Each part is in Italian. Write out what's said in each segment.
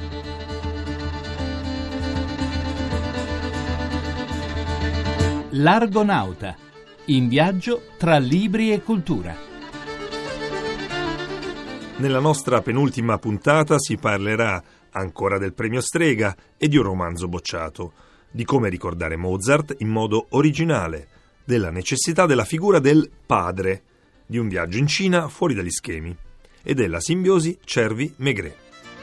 L'Argonauta, in viaggio tra libri e cultura. Nella nostra penultima puntata si parlerà ancora del premio Strega e di un romanzo bocciato, di come ricordare Mozart in modo originale, della necessità della figura del padre, di un viaggio in Cina fuori dagli schemi e della simbiosi Cervi-Maigret.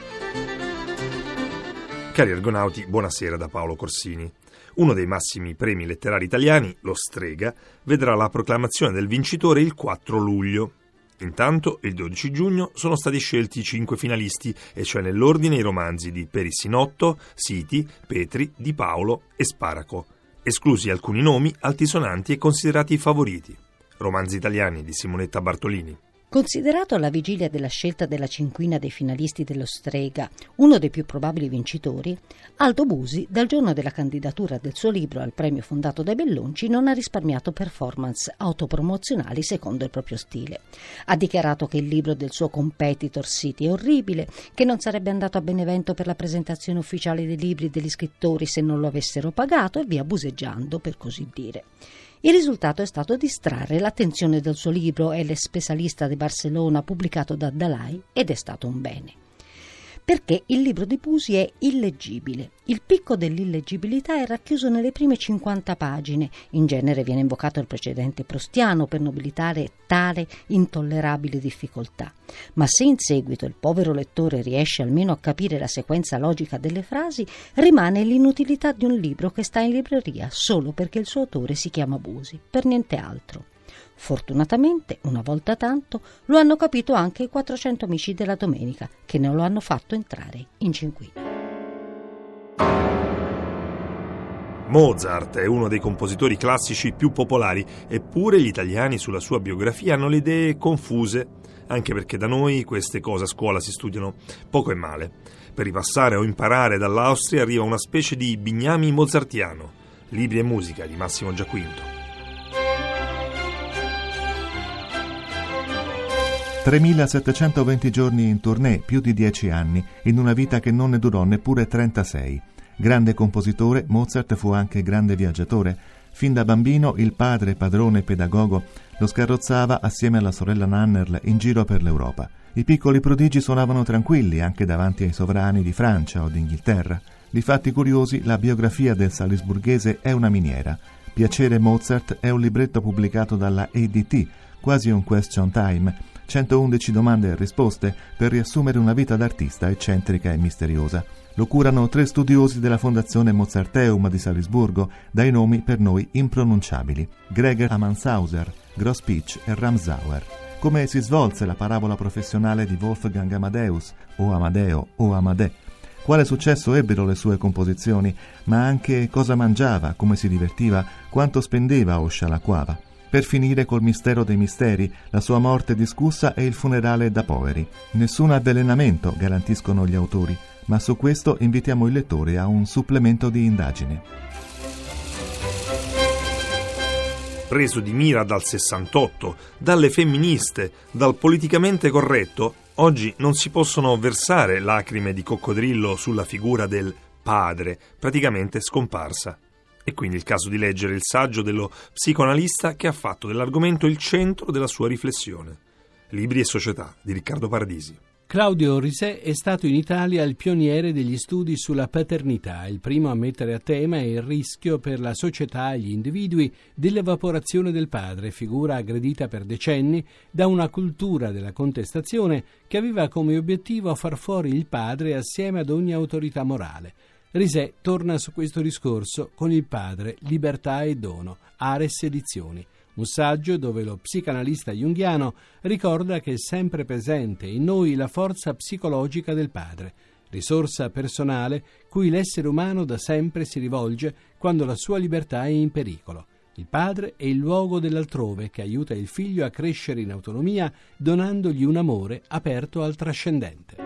Cari argonauti, buonasera da Paolo Corsini. Uno dei massimi premi letterari italiani, lo Strega, vedrà la proclamazione del vincitore il 4 luglio. Intanto, il 12 giugno, sono stati scelti 5 finalisti, e cioè nell'ordine i romanzi di Perissinotto, Siti, Petri, Di Paolo e Sparaco, esclusi alcuni nomi altisonanti e considerati i favoriti. Romanzi italiani di Simonetta Bartolini. Considerato alla vigilia della scelta della cinquina dei finalisti dello Strega uno dei più probabili vincitori, Aldo Busi, dal giorno della candidatura del suo libro al premio fondato dai Bellunci, non ha risparmiato performance autopromozionali secondo il proprio stile. Ha dichiarato che il libro del suo competitor Siti è orribile, che non sarebbe andato a Benevento per la presentazione ufficiale dei libri degli scrittori se non lo avessero pagato, e via buseggiando, per così dire. Il risultato è stato distrarre l'attenzione del suo libro El Especialista de Barcelona, pubblicato da Dalai, ed è stato un bene. Perché il libro di Busi è illeggibile. Il picco dell'illeggibilità è racchiuso nelle prime 50 pagine. In genere viene invocato il precedente proustiano per nobilitare tale intollerabile difficoltà. Ma se in seguito il povero lettore riesce almeno a capire la sequenza logica delle frasi, rimane l'inutilità di un libro che sta in libreria solo perché il suo autore si chiama Busi, per niente altro. Fortunatamente, una volta tanto, lo hanno capito anche i 400 amici della domenica, che non lo hanno fatto entrare in cinquina. Mozart è uno dei compositori classici più popolari, eppure gli italiani sulla sua biografia hanno le idee confuse, anche perché da noi queste cose a scuola si studiano poco e male. Per ripassare o imparare dall'Austria arriva una specie di bignami mozartiano, libri e musica di Massimo Giaquinto. 3.720 giorni in tournée, più di 10 anni, in una vita che non ne durò neppure 36. Grande compositore, Mozart fu anche grande viaggiatore. Fin da bambino il padre, padrone e pedagogo lo scarrozzava assieme alla sorella Nannerl in giro per l'Europa. I piccoli prodigi suonavano tranquilli anche davanti ai sovrani di Francia o d'Inghilterra. Di fatti curiosi, la biografia del salisburghese è una miniera. Piacere Mozart è un libretto pubblicato dalla EDT, quasi un question time, 111 domande e risposte per riassumere una vita d'artista eccentrica e misteriosa. Lo curano 3 studiosi della Fondazione Mozarteum di Salisburgo, dai nomi per noi impronunciabili: Gregor Amanshauser, Grospiech e Ramsauer. Come si svolse la parabola professionale di Wolfgang Amadeus, o Amadeo o Amadè. Quale successo ebbero le sue composizioni, ma anche cosa mangiava, come si divertiva, quanto spendeva o scialacquava. Per finire col mistero dei misteri, la sua morte discussa e il funerale da poveri. Nessun avvelenamento, garantiscono gli autori, ma su questo invitiamo il lettore a un supplemento di indagine. Preso di mira dal 68, dalle femministe, dal politicamente corretto, oggi non si possono versare lacrime di coccodrillo sulla figura del padre, praticamente scomparsa. E quindi il caso di leggere il saggio dello psicoanalista che ha fatto dell'argomento il centro della sua riflessione. Libri e società di Riccardo Paradisi. Claudio Risè è stato in Italia il pioniere degli studi sulla paternità, il primo a mettere a tema il rischio per la società e gli individui dell'evaporazione del padre, figura aggredita per decenni da una cultura della contestazione che aveva come obiettivo far fuori il padre assieme ad ogni autorità morale. Risè torna su questo discorso con Il padre, libertà e dono, Ares Edizioni, un saggio dove lo psicanalista junghiano ricorda che è sempre presente in noi la forza psicologica del padre, risorsa personale cui l'essere umano da sempre si rivolge quando la sua libertà è in pericolo. Il padre è il luogo dell'altrove che aiuta il figlio a crescere in autonomia, donandogli un amore aperto al trascendente.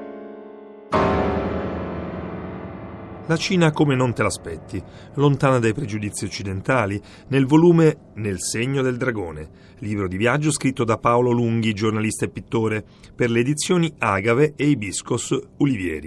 La Cina come non te l'aspetti, lontana dai pregiudizi occidentali, nel volume Nel segno del dragone, libro di viaggio scritto da Paolo Lunghi, giornalista e pittore, per le edizioni Agave e Ibiscos Ulivieri.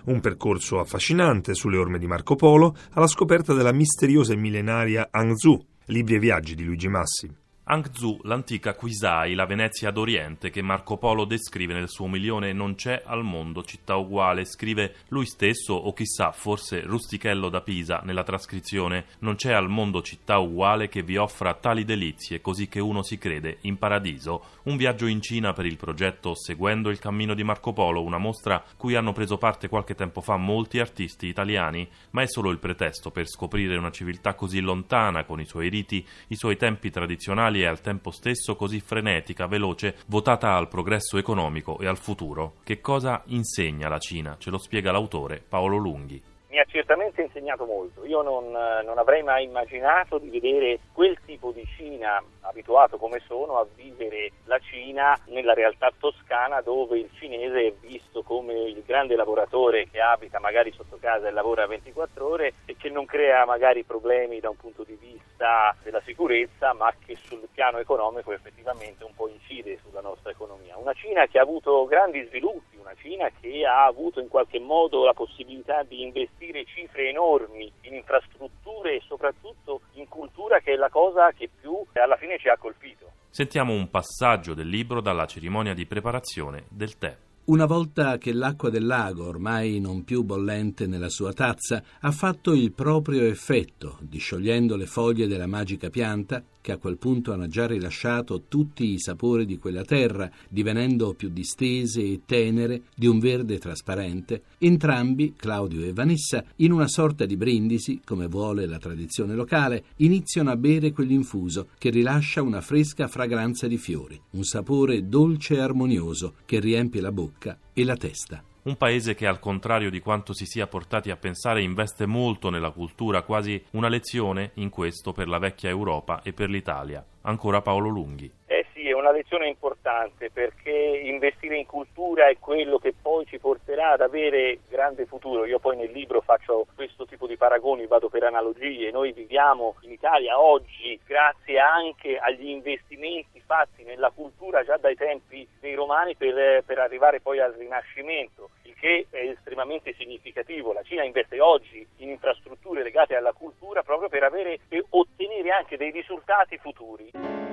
Un percorso affascinante sulle orme di Marco Polo alla scoperta della misteriosa e millenaria Hangzhou, libri e viaggi di Luigi Massi. Hangzhou, l'antica Quisai, la Venezia d'Oriente che Marco Polo descrive nel suo Milione non c'è al mondo città uguale, scrive lui stesso o chissà forse Rustichello da Pisa nella trascrizione: non c'è al mondo città uguale che vi offra tali delizie così che uno si crede in paradiso. Un viaggio in Cina per il progetto Seguendo il cammino di Marco Polo, una mostra cui hanno preso parte qualche tempo fa molti artisti italiani, ma è solo il pretesto per scoprire una civiltà così lontana, con i suoi riti, i suoi tempi tradizionali e al tempo stesso così frenetica, veloce, votata al progresso economico e al futuro. Che cosa insegna la Cina? Ce lo spiega l'autore Paolo Lunghi. Mi ha certamente insegnato molto. Io non avrei mai immaginato di vedere quel tipo di Cina, abituato come sono a vivere la Cina nella realtà toscana, dove il cinese è visto come il grande lavoratore che abita magari sotto casa e lavora 24 ore e che non crea magari problemi da un punto di vista della sicurezza, ma che sul piano economico effettivamente un po' incide sulla nostra economia. Una Cina che ha avuto grandi sviluppi, una Cina che ha avuto in qualche modo la possibilità di investire cifre enormi in infrastrutture e soprattutto in cultura, che è la cosa che più alla fine ci ha colpito. Sentiamo un passaggio del libro dalla cerimonia di preparazione del tè. Una volta che l'acqua del lago, ormai non più bollente nella sua tazza, ha fatto il proprio effetto, disciogliendo le foglie della magica pianta, che a quel punto hanno già rilasciato tutti i sapori di quella terra, divenendo più distese e tenere, di un verde trasparente, entrambi, Claudio e Vanessa, in una sorta di brindisi, come vuole la tradizione locale, iniziano a bere quell'infuso che rilascia una fresca fragranza di fiori, un sapore dolce e armonioso che riempie la bocca e la testa. Un paese che, al contrario di quanto si sia portati a pensare, investe molto nella cultura, quasi una lezione in questo per la vecchia Europa e per l'Italia. Ancora Paolo Lunghi. Sì, è una lezione importante, perché investire in cultura è quello che poi ci porterà ad avere grande futuro. Io poi nel libro faccio questo tipo di paragoni, vado per analogie. Noi viviamo in Italia oggi grazie anche agli investimenti fatti nella cultura già dai tempi dei Romani per arrivare poi al Rinascimento, il che è estremamente significativo. La Cina investe oggi in infrastrutture legate alla cultura proprio per ottenere anche dei risultati futuri.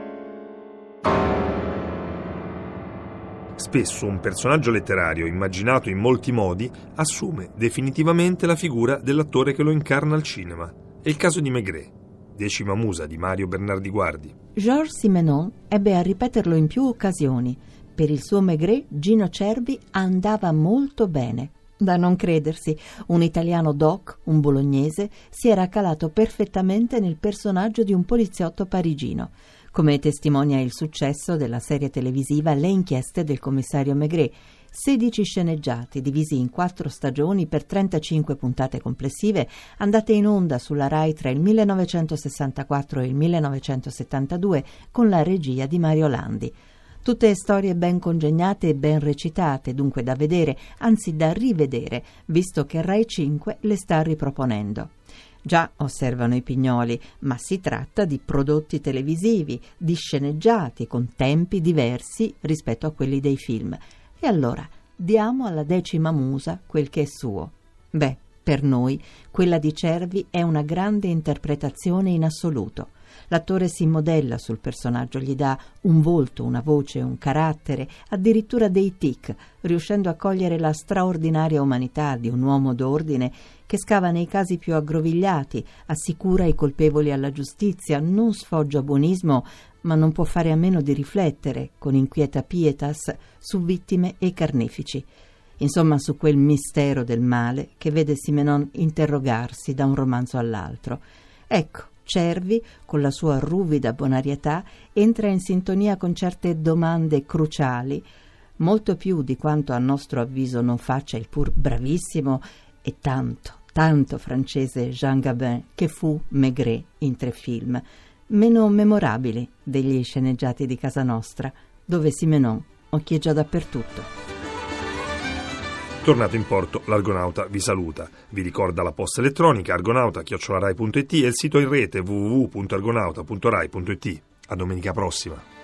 Spesso un personaggio letterario, immaginato in molti modi, assume definitivamente la figura dell'attore che lo incarna al cinema. È il caso di Maigret, Decima musa di Mario Bernardi Guardi. Georges Simenon ebbe a ripeterlo in più occasioni. Per il suo Maigret, Gino Cervi andava molto bene. Da non credersi, un italiano doc, un bolognese, si era calato perfettamente nel personaggio di un poliziotto parigino, come testimonia il successo della serie televisiva Le inchieste del commissario Maigret, 16 sceneggiati divisi in 4 stagioni per 35 puntate complessive, andate in onda sulla Rai tra il 1964 e il 1972 con la regia di Mario Landi. Tutte storie ben congegnate e ben recitate, dunque da vedere, anzi da rivedere, visto che Rai 5 le sta riproponendo. Già, osservano i Pignoli, ma si tratta di prodotti televisivi, di sceneggiati con tempi diversi rispetto a quelli dei film. E allora, diamo alla Decima musa quel che è suo. Beh, per noi, quella di Cervi è una grande interpretazione in assoluto. L'attore si modella sul personaggio, gli dà un volto, una voce, un carattere, addirittura dei tic, riuscendo a cogliere la straordinaria umanità di un uomo d'ordine che scava nei casi più aggrovigliati, assicura i colpevoli alla giustizia, non sfoggia buonismo, ma non può fare a meno di riflettere, con inquieta pietas, su vittime e carnefici. Insomma, su quel mistero del male che vede Simenon interrogarsi da un romanzo all'altro. Ecco, Cervi, con la sua ruvida bonarietà, entra in sintonia con certe domande cruciali, molto più di quanto a nostro avviso non faccia il pur bravissimo e tanto francese Jean Gabin, che fu Maigret in 3 film, meno memorabili degli sceneggiati di casa nostra, dove Simenon occhieggia dappertutto. Tornato in porto, l'Argonauta vi saluta. Vi ricorda la posta elettronica argonauta@rai.it e il sito in rete www.argonauta.rai.it. A domenica prossima.